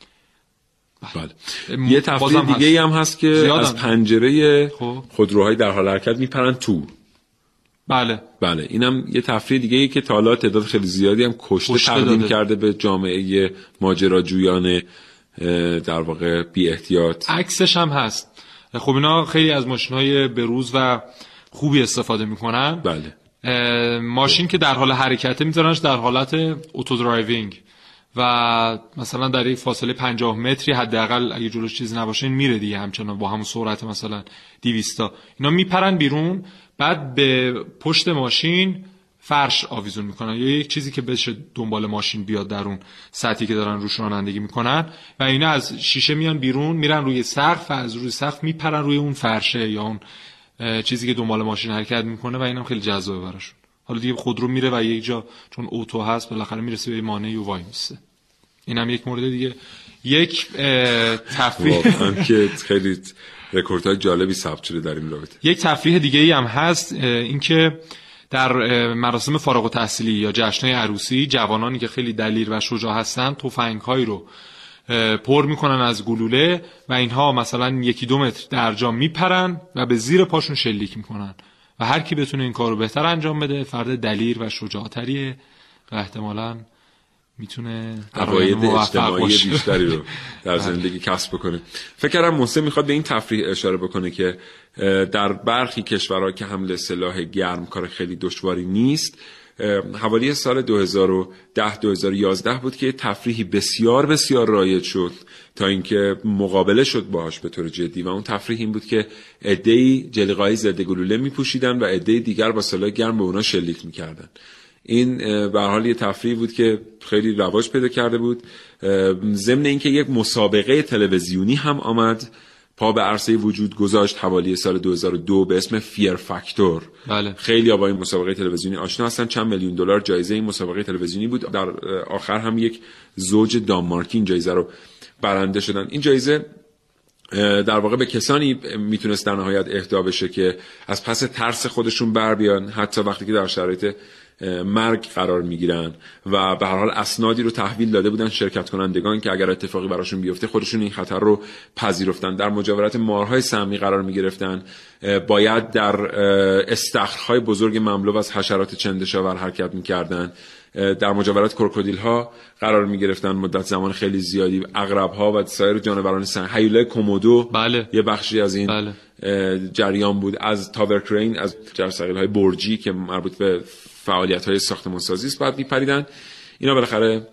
بله. یه تفریح دیگه هم هست که از پنجره خودروهای در حال حرکت میپرن تو. بله. بله اینم یه تفریح دیگه که تا حالا تعداد خیلی زیادی هم کشته تقدیم کرده به جامعه ماجراجویان در واقع بی احتیاط. عکسش هم هست. خب اینا خیلی از ماشین‌های بروز و خوبی استفاده میکنن. بله. ماشین که در حال حرکته میذارنش در حالت اتو درایوینگ و مثلا در یک فاصله 50 متری حداقل اگه جلوش چیزی نباشه میره دیگه، همچنان با همون سرعت مثلا 200 اینا میپرن بیرون، بعد به پشت ماشین فرش آویزون میکنن یا یک چیزی که بشه دنبال ماشین بیاد در اون سطحی که دارن روش رانندگی میکنن و اینا از شیشه میان بیرون، میرن روی سقف و از روی سقف میپرن روی اون فرشه یا اون چیزی که دنبال ماشین حرکت میکنه و اینم خیلی جذابه براشون. حالا دیگه خودرو میره و یک جا چون اوتو هست بالاخره میرسه به مانعی و وای میسته. اینم یک مورد دیگه. یک تفریح که خیلی رکوردهای جالبی ثبت شده در این رابطه. یک تفریح دیگه ای هم هست، اینکه در مراسم فارغ التحصیلی یا جشن‌های عروسی جوانانی که خیلی دلیر و شجاع هستن تفنگ‌هایی رو پر میکنن از گلوله و اینها مثلا 1-2 متر در جا میپرن و به زیر پاشون شلیک میکنن و هر کی بتونه این کارو بهتر انجام بده فرد دلیر و شجاع‌تریه و احتمالاً میتونه عواید اجتماعی بیشتری رو در زندگی کسب بکنه. فکر کنم محسن میخواد به این تفریح اشاره بکنه که در برخی کشورها که حمل سلاح گرم کار خیلی دشواری نیست، حوالی سال 2010-2011 بود که تفریحی بسیار بسیار رایج شد تا اینکه مقابله شد باهاش به طور جدی و اون تفریح این بود که عده‌ای جلیقه‌های ضد گلوله میپوشیدن و عده‌ای دیگر با سلاح گرم به اونا شلیک میکردن. این به هر حال یه تفریح بود که خیلی رواج پیدا کرده بود. ضمن اینکه یک مسابقه تلویزیونی هم آمد پا به عرصه وجود گذاشت حوالی سال 2002 به اسم فیر فاکتور. بله. خیلی با این مسابقه تلویزیونی آشنا هستن. چند میلیون دلار جایزه این مسابقه تلویزیونی بود. در آخر هم یک زوج دانمارکی این جایزه رو برنده شدن. این جایزه در واقع به کسانی میتونست در نهایت اهدا بشه که از پس ترس خودشون بر بیان، حتی وقتی که در شرایط مرگ قرار میگیرن و به هر حال اسنادی رو تحویل داده بودن شرکت کنندگان که اگر اتفاقی براشون بیفته خودشون این خطر رو پذیرفتن. در مجاورت مارهای سمی قرار میگرفتن، باید در استخرهای بزرگ مملو از حشرات چندشاور حرکت میکردن، در مجاورت کروکودیل ها قرار میگرفتن مدت زمان خیلی زیادی، عقرب ها و سایر جانوران سنگ، هیولای کومودو بله. یه بخشی از این بله. جریان بود، از تاور کرین، از جرثقیل های برجی که مربوط به فعالیت های ساختمان سازی است بعد میپریدن. اینا بالاخره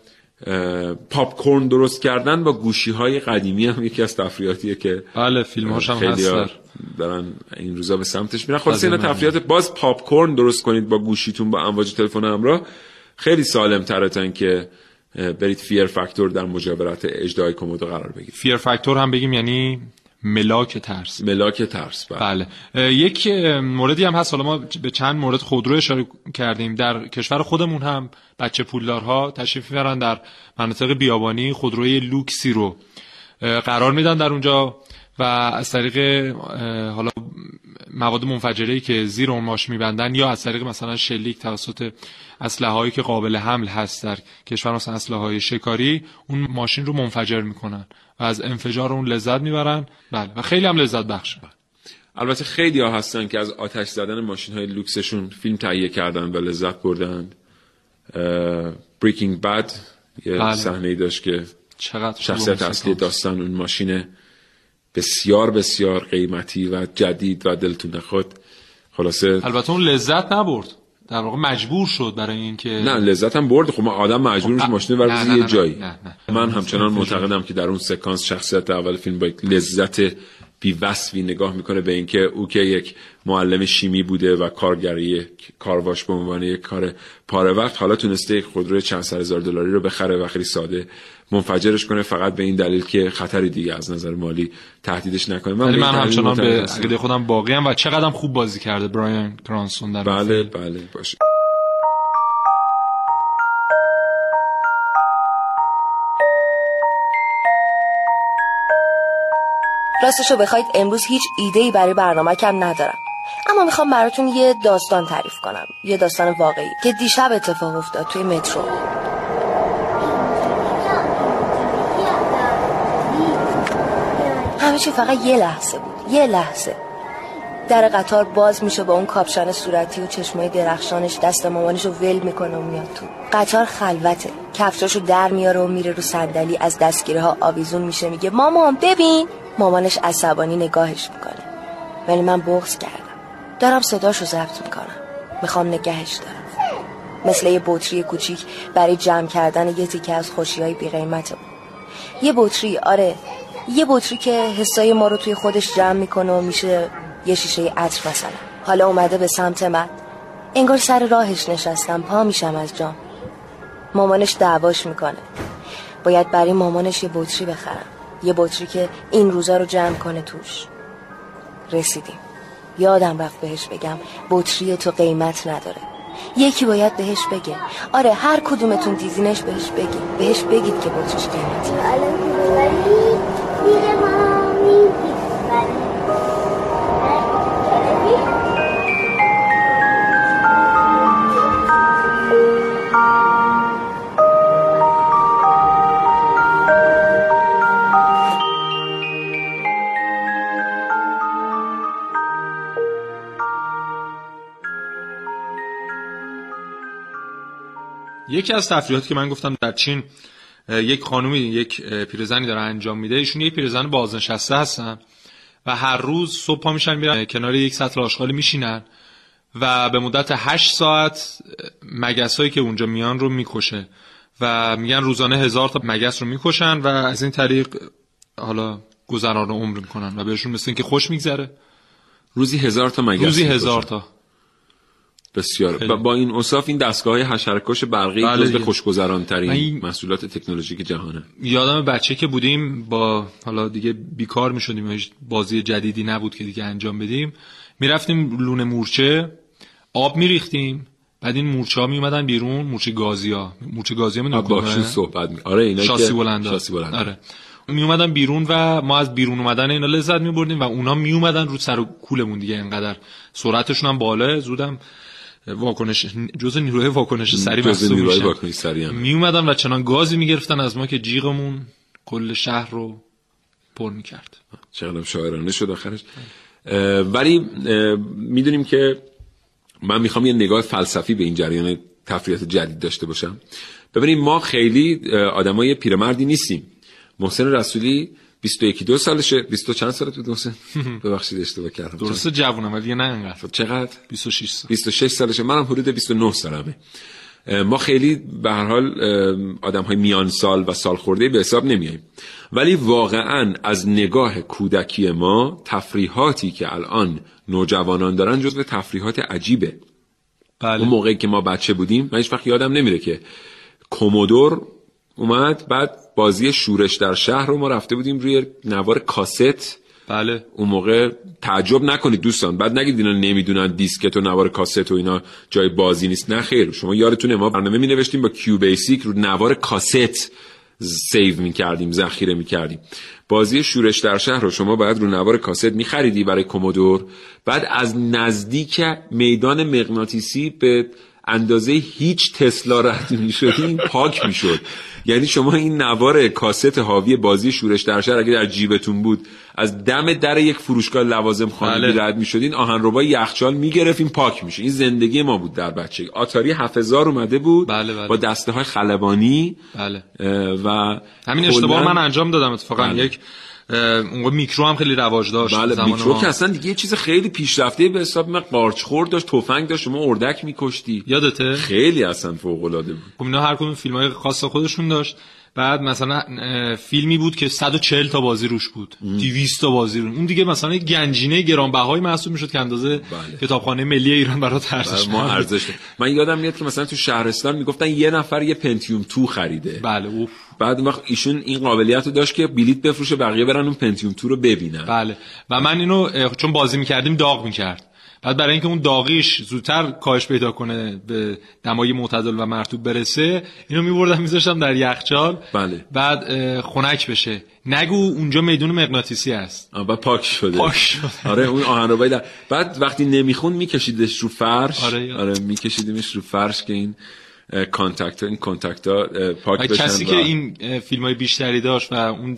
پاپ کورن درست کردن با گوشی های قدیمی هم یکی از تفریحاتیه که بله فیلم‌هاش هم هست دارن این روزا به سمتش میرن. خلاص اینا تفریحات. باز پاپ کورن درست کنید با گوشیتون با امواج تلفن همراه خیلی سالم تره تا اینکه برید فیر فاکتور در مجاورت اژدهای کومودو قرار بگیرید. فیر فاکتور هم بگیم یعنی ملاک ترس. ملاک ترس. بله. یک موردی هم هست، حالا ما به چند مورد خودرو اشاره کردیم. در کشور خودمون هم بچه پولدارها تشریف میبرن در مناطق بیابانی خودروی لوکسی رو قرار میدن در اونجا و از طریق حالا مواد منفجره‌ای که زیر اون ماشین میبندن یا از طریق مثلا شلیک توسط اسلحه‌هایی که قابل حمل هست در کشور، مثلا اسلحه‌های شکاری، اون ماشین رو منفجر میکنن و از انفجار اون لذت میبرن. بله و خیلی هم لذت بخشه. البته خیلی ها هستن که از آتش زدن ماشین‌های لوکسشون فیلم تهیه کردن و لذت بردن. بریکینگ بد یه صحنه‌ای داشت که شخصیت اصلی داستان اون ماشین بسیار بسیار قیمتی و جدید و دلتون نخواد خلاصه. البته اون لذت نبرد، در واقع مجبور شد برای اینکه نه لذت هم برد. خب ما آدم مجبور میشه ماشین رو ببره یه جایی. من همچنان معتقدم که در اون سکانس شخصیت اول فیلم با لذت بی‌وصفی نگاه میکنه به اینکه او که یک معلم شیمی بوده و کارگری کارواش به عنوان یک کار پاره وقت حالا تونسته یک خودروی چند سر هزار دلاری رو بخره و خیلی ساده منفجرش کنه فقط به این دلیل که خطری دیگه از نظر مالی تهدیدش نکنه. من همچنان به عقیده خودم باقیم و چقدر خوب بازی کرده برایان کرانسون در بله باشه. راستشو بخواید امروز هیچ ایده‌ای برای برنامه کم ندارم، اما میخوام براتون یه داستان تعریف کنم، یه داستان واقعی که دیشب اتفاق افتاد توی مترو. همه چی فقط یه لحظه بود، یه لحظه. در قطار باز میشه با اون کاپشن صورتی و چشمای درخشانش، دست مامانشو ول میکنه و میاد تو. قطار خلوته، کفشاشو در میاره و میره رو صندلی، از دستگیره ها آویزون میشه، میگه مامان ببین. مامانش عصبانی نگاهش میکنه، ولی من بغض کردم. دارم صداشو ضبط میکنم، میخوام نگهش دارم، مثل یه بطری کوچیک برای جمع کردن یه تیکه از خوشیای بی قیمته. یه بطری، آره یه بطری که حسای ما رو توی خودش جمع میکنه و میشه یه شیشه عطر مثلا. حالا اومده به سمت من، انگار سر راهش نشستم، پا میشم از جام. مامانش دعواش میکنه، باید برای مامانش یه بطری بخرم، یه بطری که این روزا رو جمع کنه توش. رسیدیم، یادم رفت بهش بگم بطری تو قیمت نداره. یکی باید بهش بگه، آره هر کدومتون دیدینش بهش بگید که بطریش قیمت نداره. یکی از تفریحاتی که من گفتم در چین یک خانومی، یک پیرزنی داره انجام میده. ایشون یک پیرزن بازنشسته هستن و هر روز صبح پا میشن میرن کنار یک سطل آشغال میشینن و به مدت 8 ساعت مگسایی که اونجا میان رو میکشه و میگن روزانه 1000 تا مگس رو میکشن و از این طریق حالا گذران عمر میکنن و بهشون مثل این که خوش میگذره. روزی 1000 تا مگس، روزی 1000 تا. بسیار. با این اوصاف این دستگاه حشره‌کش برقی جزو خوشگذران‌ترین محصولات تکنولوژیک جهانه. یادم بچه که بودیم با حالا دیگه بیکار میشدیم، هیچ بازی جدیدی نبود که دیگه انجام بدیم، میرفتیم لونه مورچه آب میریختیم، بعد این مورچه ها میومدن بیرون، مورچه گازیا میدونم باشون صحبت آره اینا شاسی بلند. آره می اومدن بیرون و ما از بیرون اومدن اینا لذت می‌بردیم و اونا می اومدن رو سر و کولمون دیگه. اینقدر سرعتشون هم بالا، زودم واکنش جزء نیروی واکنش سریع محسوب میشن. می اومدن و چنان گازی میگرفتن از ما که جیغمون کل شهر رو پر میکرد. چقدر شاعرانه شد آخرش. ولی میدونیم که من میخوام یه نگاه فلسفی به این جریان تفریحات جدید داشته باشم. ببینیم ما خیلی آدمای پیرمردی نیستیم. محسن رسولی 21-22 سالشه. 20 چند سالت بود محسن؟ ببخشید اشتباه کردم. درسته جوونم ولی نه انقدر. چقدر؟ 26 سال. 26 سالشه. منم حدود 29 سالمه. ما خیلی به هر حال آدم‌های میان سال و سال خورده به حساب نمیاییم. ولی واقعاً از نگاه کودکی ما تفریحاتی که الان نوجوانان دارن جزو تفریحات عجیبه. بله. اون موقعی که ما بچه بودیم من هیچ وقت یادم نمیره که کومودور اومد، بعد بازی شورش در شهر رو ما رفته بودیم روی نوار کاست. بله. اون موقع تعجب نکنید دوستان، بعد نگید اینا نمیدونن دیسکت و نوار کاست و اینا جای بازی نیست. نه خیر، شما یادتونه ما برنامه می نوشتیم با کیو بیسیک رو نوار کاست سیو می کردیم، ذخیره می کردیم. بازی شورش در شهر رو شما باید رو نوار کاست می خریدی برای کومودور، بعد از نزدیک میدان مغناطیسی به اندازه هیچ تسلا رد می شدیم پاک می شد. یعنی شما این نوار کاست حاوی بازی شورش در شهر اگه در جیبتون بود، از دم در یک فروشگاه لوازم خانگی رد می شدین، آهنربای یخچال می گرفتیم پاک میشه. این زندگی ما بود در بچگی. آتاری 7000 اومده بود. بله. با دسته های خلبانی. بله. و همین اشتباه من انجام دادم اتفاقا. یک اون میکرو هم خیلی رواج داشت. بله میکرو که اصلا دیگه یه چیز خیلی پیشرفته به حساب من قارچ خورد داشت، تفنگ داشت، شما اردک میکشتی. یادته؟ خیلی اصلا فوق العاده بود. خب اینا هر کدوم فیلمای خاص خودشون داشت. بعد مثلا فیلمی بود که 140 تا بازی روش بود، 200 تا بازی روش، اون دیگه مثلا گنجینه گرانبهایی محسوب میشد که اندازه کتابخانه ملی ایران برات ارزش ما ارزش. من یادم میاد که مثلا تو شهرستان میگفتن یه نفر یه پنتیوم 2 خریده. بله. اوف. بعد وقت ایشون این قابلیت رو داشت که بلیت بفروشه بقیه برن اون پنتیوم 2 رو ببینن. بله. و من اینو چون بازی میکردیم داغ میکرد، بعد برای اینکه اون داغیش زودتر کاهش پیدا کنه به دمای معتدل و مرطوب برسه، اینو میبردم میذاشتم در یخچال. بله. بعد خنک بشه. نگو اونجا میدون مغناطیسی است. بعد پاک شده. آره اون آهنربایی بعد وقتی نمیخوند میکشیدش رو فرش. آره میکشیدیمش رو فرش که این کانتاکت ها پاک بشن. کسی که این فیلمای بیشتری داشت و اون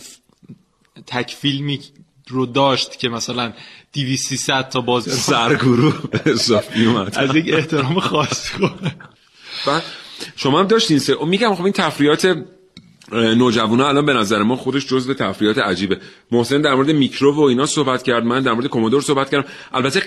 تک فیلمی رو داشت که مثلا 200-300 تا بازی سرگروه اضافی اومد، از یک احترام خاص کنه. بعد شما هم داشتین میگم خب این تفریحات نوجوانا الان به نظر ما خودش جزء تفریحات عجیبه. محسن در مورد میکرو و اینا صحبت کرد، من در مورد کومودور صحبت کردم. البته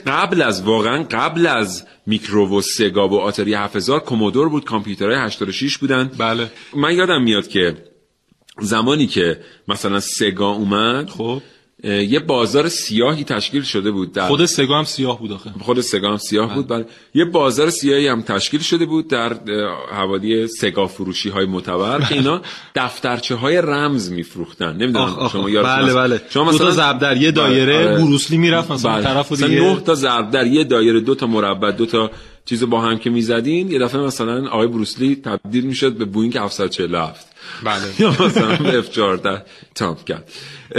قبل از میکرو و سگا و آتری 7000 کومودور بود، کامپیوترهای 86 بودن. بله. من یادم میاد که زمانی که مثلا سگا اومد، خب یه بازار سیاهی تشکیل شده بود. خود سگا هم سیاه بود آخه. خود سگا هم سیاه بود. بله. یه بازار سیاهی هم تشکیل شده بود در حوالی سگا فروشی های معتبر که اینا دفترچه های رمز میفروختن. نمیدونم شما یادتون. بله. شما مثلا 2 تا ضرب در یه دایره بروسلی میرفت مثلا طرفو دیگه. 9 تا ضرب در یه دایره، 2 تا مربع، 2 تا چیزو با هم که میزدین، یه دفعه مثلا آقای بروسلی تبدیل میشد به بوینگ 747. بله. یا مثلا به F14 تامپ کرد.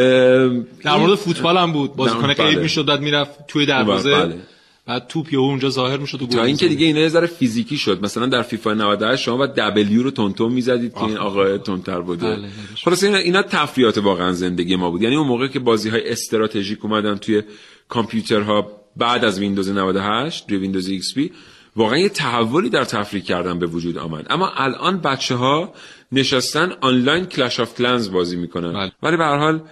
در مورد فوتبال هم بود، بازیکن قیب میشد بعد میرفت توی دروازه. بله. بعد توپ یهو اونجا ظاهر میشد و گل. تا اینکه دیگه اینا یه ذره فیزیکی شد. مثلا در فیفا 98 شما باید دبلیو رو تونتون میزدید که این آقا تونتر بوده. خلاص اینا تفریحات واقعا زندگی ما بود. یعنی اون موقع که بازی‌های استراتژیک اومدن توی کامپیوترها بعد از ویندوز 98 روی ویندوز ایکس پی، واقعا یه تحولی در تفریح کردن به وجود آمد. اما الان بچه‌ها نشستن آنلاین کلش آف کلنز بازی میکنن. ولی به هر حال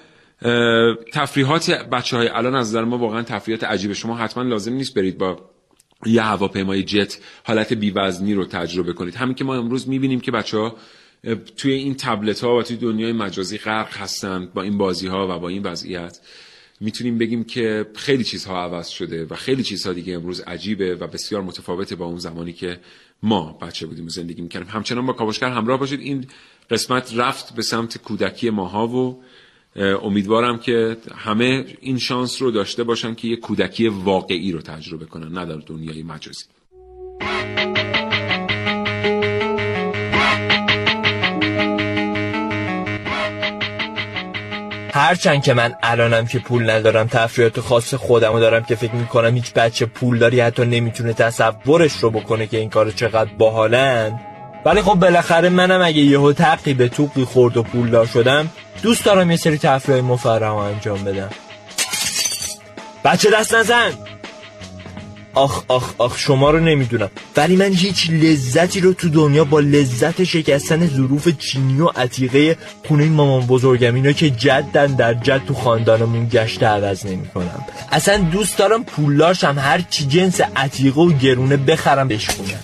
تفریحات بچه‌های الان از نظر ما واقعا تفریحات عجیبه. شما حتما لازم نیست برید با یه هواپیمای جت حالت بی‌وزنی رو تجربه کنید. همین که ما امروز می‌بینیم که بچه‌ها توی این تبلت‌ها و توی دنیای مجازی غرق هستن با این بازی‌ها و با این وضعیت، میتونیم بگیم که خیلی چیزها عوض شده و خیلی چیزها دیگه امروز عجیبه و بسیار متفاوته با اون زمانی که ما بچه بودیم و زندگی می‌کردیم. همچنان با کاوشگر همراه باشید. این قسمت رفت به سمت کودکی ماها و امیدوارم که همه این شانس رو داشته باشن که یه کودکی واقعی رو تجربه کنن، نه در دنیای مجازی. هرچند که من الانم که پول ندارم تفریحات خاص خودمو دارم که فکر میکنم هیچ بچه پولداری حتی نمیتونه تصورش رو بکنه که این کارو چقدر باحالن، ولی خب بالاخره منم اگه یهو تقی به توقی خورد و پولدار شدم دوست دارم یه سری تفریحات مفرح انجام بدم. بچه دست نزن. آخ شما رو نمیدونم، ولی من هیچ لذتی رو تو دنیا با لذت شکستن ظروف چینی و عتیقه خونه مامان بزرگم، اینا که جدن در جد تو خاندانمون گشته عوض نمی کنم. اصلا دوست دارم پولدارشم، هر چی جنس عتیقه و گرونه بخرم بشکنم.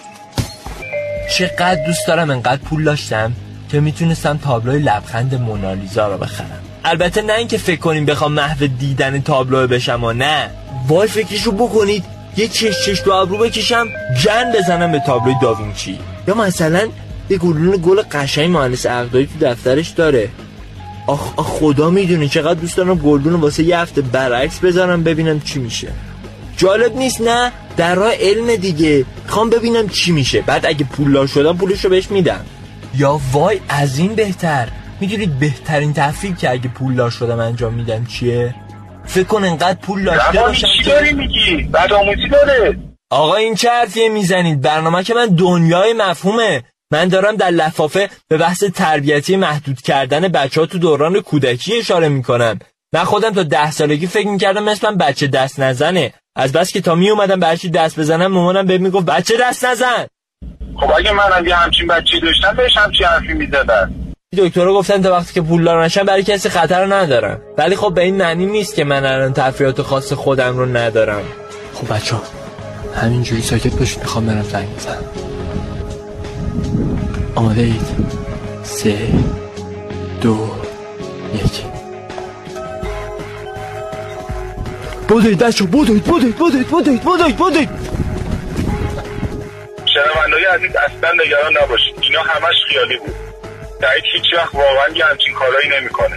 چقدر دوست دارم انقدر پول داشتم که میتونستم تابلوی لبخند مونالیزا رو بخرم. البته نه اینکه فکر کنیم بخوام محو دیدن تابلو بشم و نه، وای فکرشو بکنید یه چش تو ابرو بکشم جن بزنم به تابلوی داوینچی، یا مثلا یه گل قشنگ مهندس عقدایی تو دفترش داره. آخ خدا میدونه چقدر دوست دارم گلدون واسه یه هفته برعکس بذارم ببینم چی میشه. جالب نیست نه؟ در راه علم دیگه، خوام ببینم چی میشه، بعد اگه پولدار شدم پولشو بهش میدم. یا وای از این بهتر، میدونید بهترین تفریح که اگه پولدار شدم انجام میدم چیه؟ فکر کن انقدر پول داشته باشم. چی داری میگی؟ بدآموزی داره. آقا این چه حرفیه میزنید؟ برنامه که من دنیای مفهومه. من دارم در لفافه به بحث تربیتی محدود کردن بچه‌ها تو دوران کودکی اشاره میکنم. من خودم تا 10 سالگی فکر میکردم مثلا بچه دست نزنه، از بس که تا میومدم به هر چی دست بزنم مامانم بهم میگفت بچه دست نزن. خب اگه من یه همچین بچه‌ای داشتم بهش همچین حرفی میزدن. دکترها گفتن تا وقتی که پولدار نشم برای کسی خطر ندارم، ولی خب به این معنی نیست که من الان تفریحات خاص خودم رو ندارم. خب بچه‌ها همینجوری ساکت باشید، میخوام برم زنگ بزنم. آماده اید؟ 3 2 1 بدوید بچه بدوید شنوندگی عزیز اصلا نگران نباشید، اینا همش خیالی بود. سعید هیچ وقت واقعا یه همچین کارایی نمیکنه.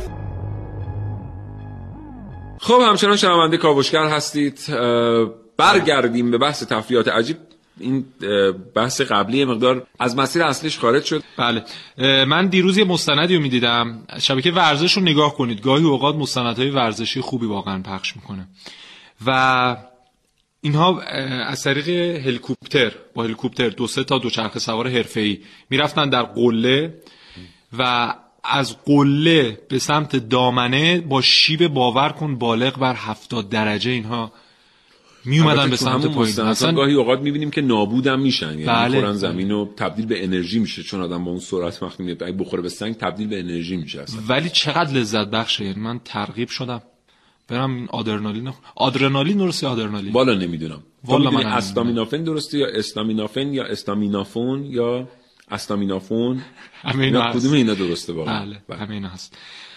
خب همچنان شنونده کاوشگر هستید. برگردیم به بحث تفریحات عجیب. این بحث قبلی مقدار از مسیر اصلیش خارج شد. بله، من دیروز یه مستندی رو میدیدم. شبکه ورزش رو نگاه کنید، گاهی اوقات مستندهای ورزشی خوبی واقعا پخش میکنه و اینها از طریق با هلیکوپتر 2-3 تا دوچرخه سوار حرفه‌ای میرفتن در قله و از قله به سمت دامنه با شیب باور کن بالغ بر 70 درجه اینها می اومدن به سمت پایین. اصلا گاهی اوقات میبینیم که نابودم میشن، یعنی بله. میخورن زمین و تبدیل به انرژی میشه، چون آدم با اون سرعت وقتی میاد اگه بخوره به سنگ تبدیل به انرژی میشه اصلا. ولی چقدر لذت بخشه، یعنی من ترغیب شدم برم این آدرنالین درسته؟ آدرنالین والا نمیدونم، والا من استامینافن درسته یا استامینافن یا استامینافون یا استامینافون، همه اینا کدوم اینا درسته واقعا؟ بله همه اینا هست.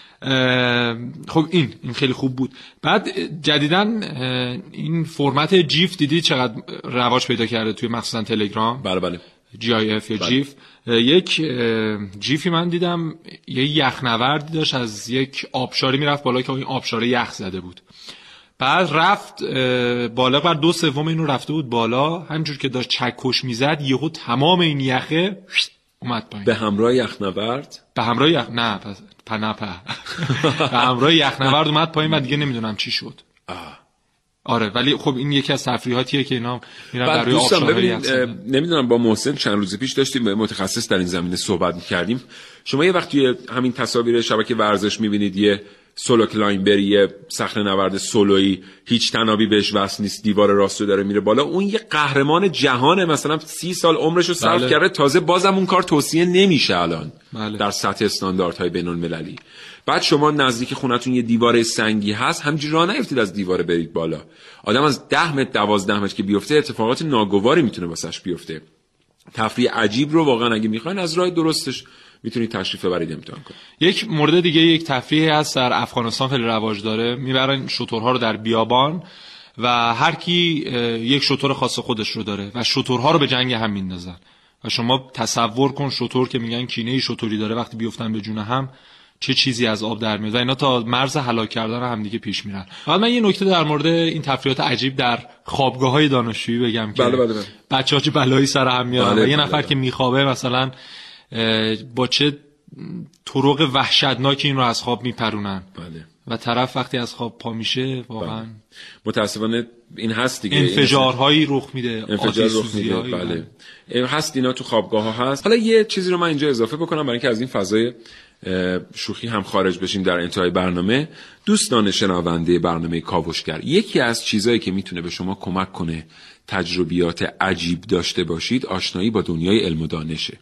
خب این خیلی خوب بود. بعد جدیدن این فرمت جیف دیدی چقدر رواج پیدا کرده توی مخصوصا تلگرام؟ بله GIF یا بله. جیف. یک جیفی من دیدم یه یخنوردی داشت از یک آبشاری میرفت بالا که این آبشاره یخ زده بود، بعد رفت بالا بر 2/3 اینو رفته بود بالا، همینجور که داشت چکش میزد یهو تمام این یخه اومد پایین. به همراه یخنورد؟ به همراه نه به همراه یخنورد اومد پایین و دیگه نمیدونم چی شد. آره ولی خب این یکی از تفریحاتیه که اینا میرن در روی آبشارهای. نمیدونم با محسن چند روز پیش داشتیم با متخصص در این زمینه صحبت می‌کردیم. شما یه وقتی همین تصاویر شبکه ورزش می‌بینید یه سولو کلایمبر، یه صخره‌نورد سولویی، هیچ تنابی بهش وصل نیست، دیوار راستو داره میره بالا، اون یه قهرمان جهانه، مثلا 30 سال عمرشو صرف کرده، تازه بازم اون کار توصیه نمیشه الان در سطح استانداردهای بین‌المللی. بعد شما نزدیک خونتون یه دیوار سنگی هست، همینجوری راه نیفتید از دیوار برید بالا. آدم از 10 متر 12 متر که بیفته اتفاقات ناگواری میتونه واسش بیفته. تفریح عجیب رو واقعا اگه میخواین از راه درستش میتونید تشریف ببرید امتحان کنید. یک مورد دیگه، یک تفریحی هست در افغانستان خیلی رواج داره، میبرن شترها رو در بیابان و هر کی یک شتر خاص خودش رو داره و شترها رو به جنگ هم میندازن و شما تصور کن شتر که میگن کینه شتری داره وقتی بیفتن به جون هم چه چیزی از آب در میاد و اینا تا مرز هلاک کردن هم دیگه پیش میرن. بعد من یه نکته در مورد این تفریحات عجیب در خوابگاه‌های دانشجویی بگم که بچه‌ها چه بلایی سر هم میارن و یه نفر که میخوابه مثلا با چه طرق وحشتناکی این رو از خواب میپرونن و طرف وقتی از خواب پا میشه واقعا متاسفانه این هست دیگه، انفجارهایی رخ میده، انفجار رخ میده. بله هست، اینا تو خوابگاه‌ها هست. حالا یه چیزی رو من اینجا اضافه بکنم برای اینکه از این فضای شوخی هم خارج بشیم در انتهای برنامه. دوستان شنونده برنامه کاوشگر، یکی از چیزایی که میتونه به شما کمک کنه تجربیات عجیب داشته باشید آشنایی با دنیای علم و دانشه.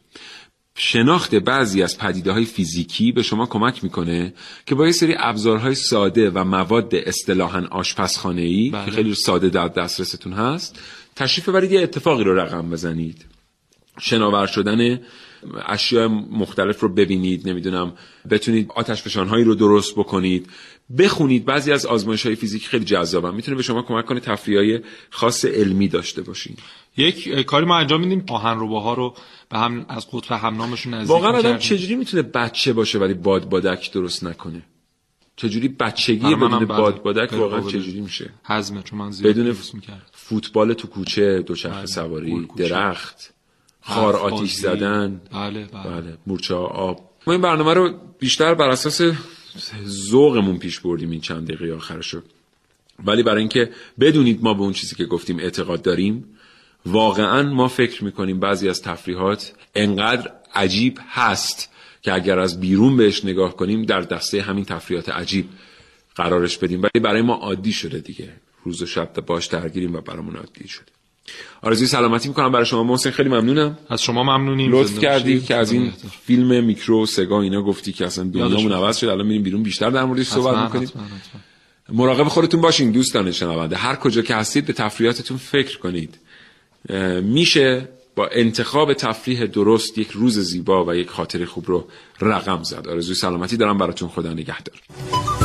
شناخت بعضی از پدیده‌های فیزیکی به شما کمک میکنه که با یه سری ابزارهای ساده و مواد اصطلاحاً آشپزخانه‌ای که خیلی ساده در دسترستون هست تشریف ببرید یه اتفاقی رو رقم بزنید. شناور شدن اشیاء مختلف رو ببینید، نمیدونم بتونید آتشفشان‌هایی رو درست بکنید، بخونید. بعضی از آزمایش‌های فیزیک خیلی جذابه، میتونه به شما کمک کنه تفریح‌های خاص علمی داشته باشین. یک کاری ما انجام میدیم، آهنرباها رو به هم از قطب همنامشون نزدیک واقعا آدم چجوری میتونه بچه باشه ولی بادبادک درست نکنه؟ چجوری بچگی بدون بادبادک واقعا چجوری میشه؟ هضمه، چون من زیاد بدون فوتبال تو کوچه، دوچرخه سواری، درخت، خار آتیش زدن، بله مورچه آب. ما این برنامه رو بیشتر بر اساس ذوقمون پیش بردیم این چند دقیقه آخرشو، ولی برای اینکه بدونید ما به اون چیزی که گفتیم اعتقاد داریم، واقعا ما فکر میکنیم بعضی از تفریحات انقدر عجیب هست که اگر از بیرون بهش نگاه کنیم در دسته همین تفریحات عجیب قرارش بدیم، ولی برای ما عادی شده دیگه، روز و شب باش درگیریم و برامون عادی شده. آرزوی سلامتی میکنم برای شما محسن، خیلی ممنونم. از شما ممنونیم، لطف کردی که از این فیلم میکرو سگا اینا گفتی که اصلا دنیامون عوض شد، الان میریم بیرون بیشتر در موردش صحبت میکنیم. مراقب خودتون باشین دوستان شنونده، هر کجا که هستید به تفریحاتتون فکر کنید. میشه با انتخاب تفریح درست یک روز زیبا و یک خاطره خوب رو رقم زد. آرزوی سلامتی دارم براتون. خدا نگهدار.